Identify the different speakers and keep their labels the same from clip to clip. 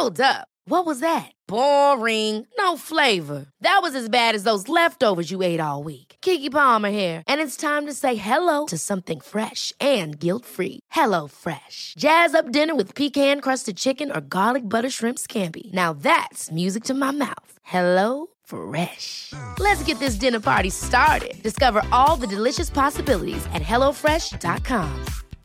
Speaker 1: Hold up. What was that? Boring. No flavor. That was as bad as those leftovers you ate all week. Keke Palmer here. And it's time to say hello to something fresh and guilt-free. Hello Fresh. Jazz up dinner with pecan-crusted chicken or garlic butter shrimp scampi. Now that's music to my mouth. Hello Fresh. Let's get this dinner party started. Discover all the delicious possibilities at hellofresh.com.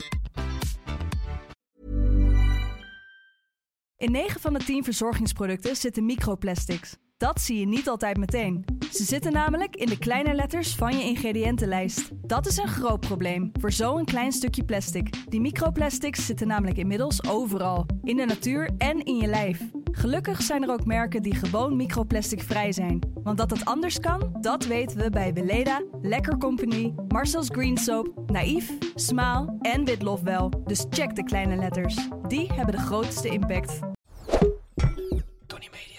Speaker 2: In 9 van de 10 verzorgingsproducten zitten microplastics. Dat zie je niet altijd meteen. Ze zitten namelijk in de kleine letters van je ingrediëntenlijst. Dat is een groot probleem voor zo'n klein stukje plastic. Die microplastics zitten namelijk inmiddels overal. In de natuur en in je lijf. Gelukkig zijn er ook merken die gewoon microplasticvrij zijn. Want dat het anders kan, dat weten we bij Weleda, Lekker Company, Marcel's Green Soap, Naïef, Smaal en Witlof wel. Dus check de kleine letters. Die hebben de grootste impact.
Speaker 3: Tony Media.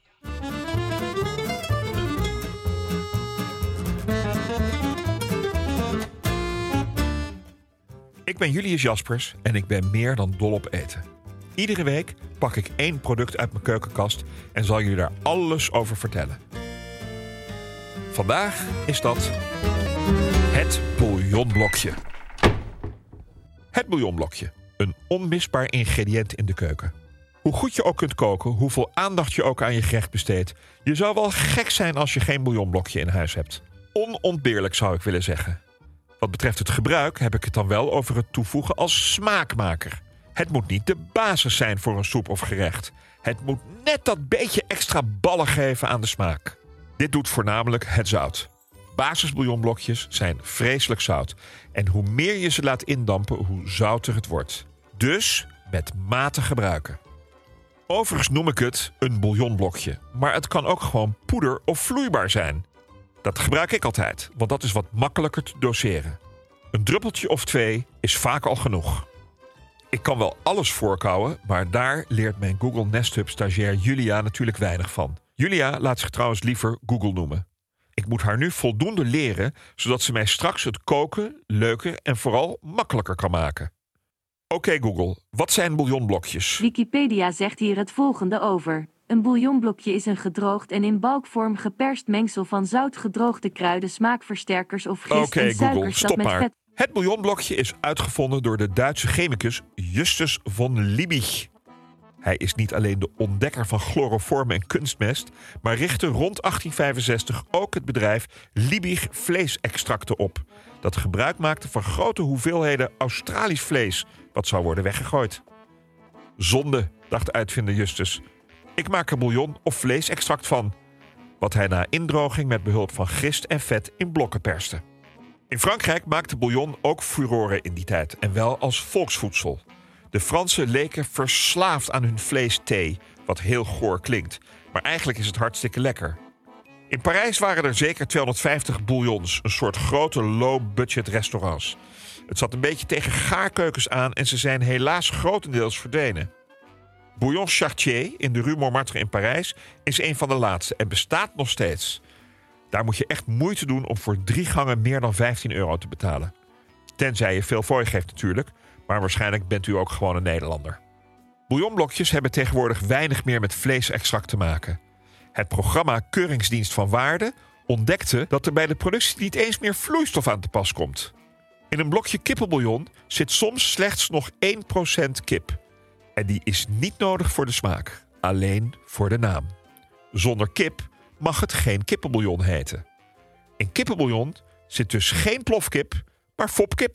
Speaker 3: Ik ben Julius Jaspers en ik ben meer dan dol op eten. Iedere week pak ik 1 product uit mijn keukenkast en zal jullie daar alles over vertellen. Vandaag is dat het bouillonblokje. Het bouillonblokje, een onmisbaar ingrediënt in de keuken. Hoe goed je ook kunt koken, hoeveel aandacht je ook aan je gerecht besteedt, je zou wel gek zijn als je geen bouillonblokje in huis hebt. Onontbeerlijk zou ik willen zeggen. Wat betreft het gebruik heb ik het dan wel over het toevoegen als smaakmaker. Het moet niet de basis zijn voor een soep of gerecht. Het moet net dat beetje extra ballen geven aan de smaak. Dit doet voornamelijk het zout. Basisbouillonblokjes zijn vreselijk zout. En hoe meer je ze laat indampen, hoe zouter het wordt. Dus met mate gebruiken. Overigens noem ik het een bouillonblokje. Maar het kan ook gewoon poeder of vloeibaar zijn. Dat gebruik ik altijd, want dat is wat makkelijker te doseren. Een druppeltje of 2 is vaak al genoeg. Ik kan wel alles voorkouwen, maar daar leert mijn Google Nest Hub stagiair Julia natuurlijk weinig van. Julia laat zich trouwens liever Google noemen. Ik moet haar nu voldoende leren, zodat ze mij straks het koken leuker en vooral makkelijker kan maken. Oké Google, wat zijn bouillonblokjes?
Speaker 4: Wikipedia zegt hier het volgende over. Een bouillonblokje is een gedroogd en in balkvorm geperst mengsel van zout, gedroogde kruiden, smaakversterkers of gist en suikers.
Speaker 3: Google, stop
Speaker 4: dat met
Speaker 3: maar.
Speaker 4: vet...
Speaker 3: Het bouillonblokje is uitgevonden door de Duitse chemicus Justus von Liebig. Hij is niet alleen de ontdekker van chloroform en kunstmest, maar richtte rond 1865 ook het bedrijf Liebig Vleesextracten op, dat gebruik maakte van grote hoeveelheden Australisch vlees, wat zou worden weggegooid. Zonde, dacht uitvinder Justus. Ik maak er bouillon of vleesextract van, wat hij na indroging met behulp van gist en vet in blokken perste. In Frankrijk maakte bouillon ook furoren in die tijd en wel als volksvoedsel. De Fransen leken verslaafd aan hun vleesthee, wat heel goor klinkt, maar eigenlijk is het hartstikke lekker. In Parijs waren er zeker 250 bouillons, een soort grote low-budget restaurants. Het zat een beetje tegen gaarkeukens aan en ze zijn helaas grotendeels verdwenen. Bouillon Chartier in de Rue Montmartre in Parijs is een van de laatste en bestaat nog steeds. Daar moet je echt moeite doen om voor 3 gangen meer dan €15 te betalen. Tenzij je veel fooi geeft natuurlijk, maar waarschijnlijk bent u ook gewoon een Nederlander. Bouillonblokjes hebben tegenwoordig weinig meer met vleesextract te maken. Het programma Keuringsdienst van Waarde ontdekte dat er bij de productie niet eens meer vloeistof aan te pas komt. In een blokje kippenbouillon zit soms slechts nog 1% kip. En die is niet nodig voor de smaak, alleen voor de naam. Zonder kip mag het geen kippenbouillon heten. In kippenbouillon zit dus geen plofkip, maar fopkip.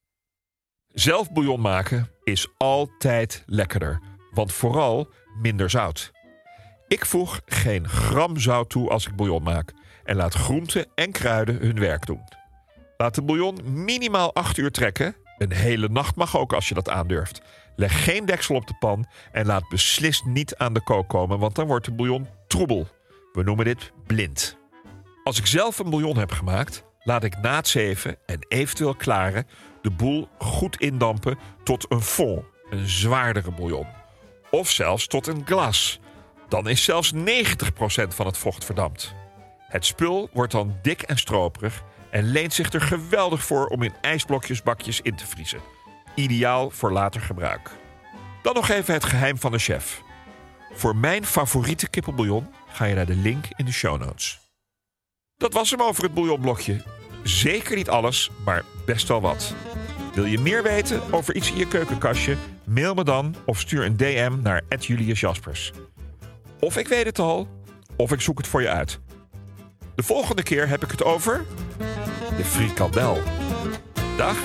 Speaker 3: Zelf bouillon maken is altijd lekkerder, want vooral minder zout. Ik voeg geen gram zout toe als ik bouillon maak en laat groenten en kruiden hun werk doen. Laat de bouillon minimaal 8 uur trekken. Een hele nacht mag ook als je dat aandurft. Leg geen deksel op de pan en laat beslist niet aan de kook komen, want dan wordt de bouillon troebel. We noemen dit blind. Als ik zelf een bouillon heb gemaakt, laat ik na het zeven en eventueel klaren de boel goed indampen tot een fond, een zwaardere bouillon. Of zelfs tot een glace. Dan is zelfs 90% van het vocht verdampt. Het spul wordt dan dik en stroperig en leent zich er geweldig voor om in ijsblokjesbakjes in te vriezen. Ideaal voor later gebruik. Dan nog even het geheim van de chef. Voor mijn favoriete kippenbouillon ga je naar de link in de show notes. Dat was hem over het bouillonblokje. Zeker niet alles, maar best wel wat. Wil je meer weten over iets in je keukenkastje? Mail me dan of stuur een DM naar @JuliusJaspers. Of ik weet het al, of ik zoek het voor je uit. De volgende keer heb ik het over de frikandel. Dag.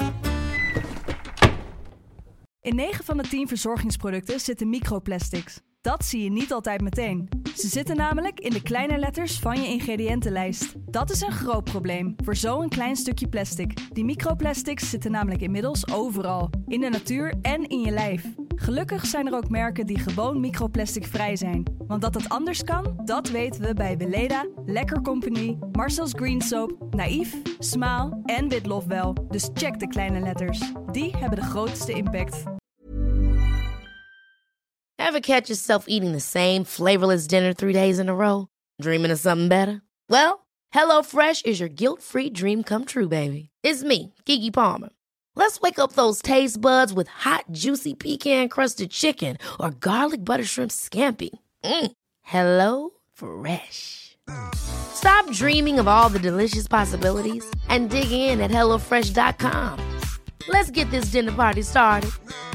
Speaker 2: In 9 van de 10 verzorgingsproducten zitten microplastics. Dat zie je niet altijd meteen. Ze zitten namelijk in de kleine letters van je ingrediëntenlijst. Dat is een groot probleem voor zo'n klein stukje plastic. Die microplastics zitten namelijk inmiddels overal. In de natuur en in je lijf. Gelukkig zijn er ook merken die gewoon microplasticvrij zijn. Want dat het anders kan, dat weten we bij Weleda, Lekker Company, Marcel's Green Soap, Naïef, Smaal en Witlof wel. Dus check de kleine letters. Die hebben de grootste impact.
Speaker 1: Ever catch yourself eating the same flavorless dinner 3 days in a row? Dreaming of something better? Well, HelloFresh is your guilt-free dream come true, baby. It's me, Keke Palmer. Let's wake up those taste buds with hot, juicy pecan-crusted chicken or garlic butter shrimp scampi. HelloFresh. Stop dreaming of all the delicious possibilities and dig in at HelloFresh.com. Let's get this dinner party started.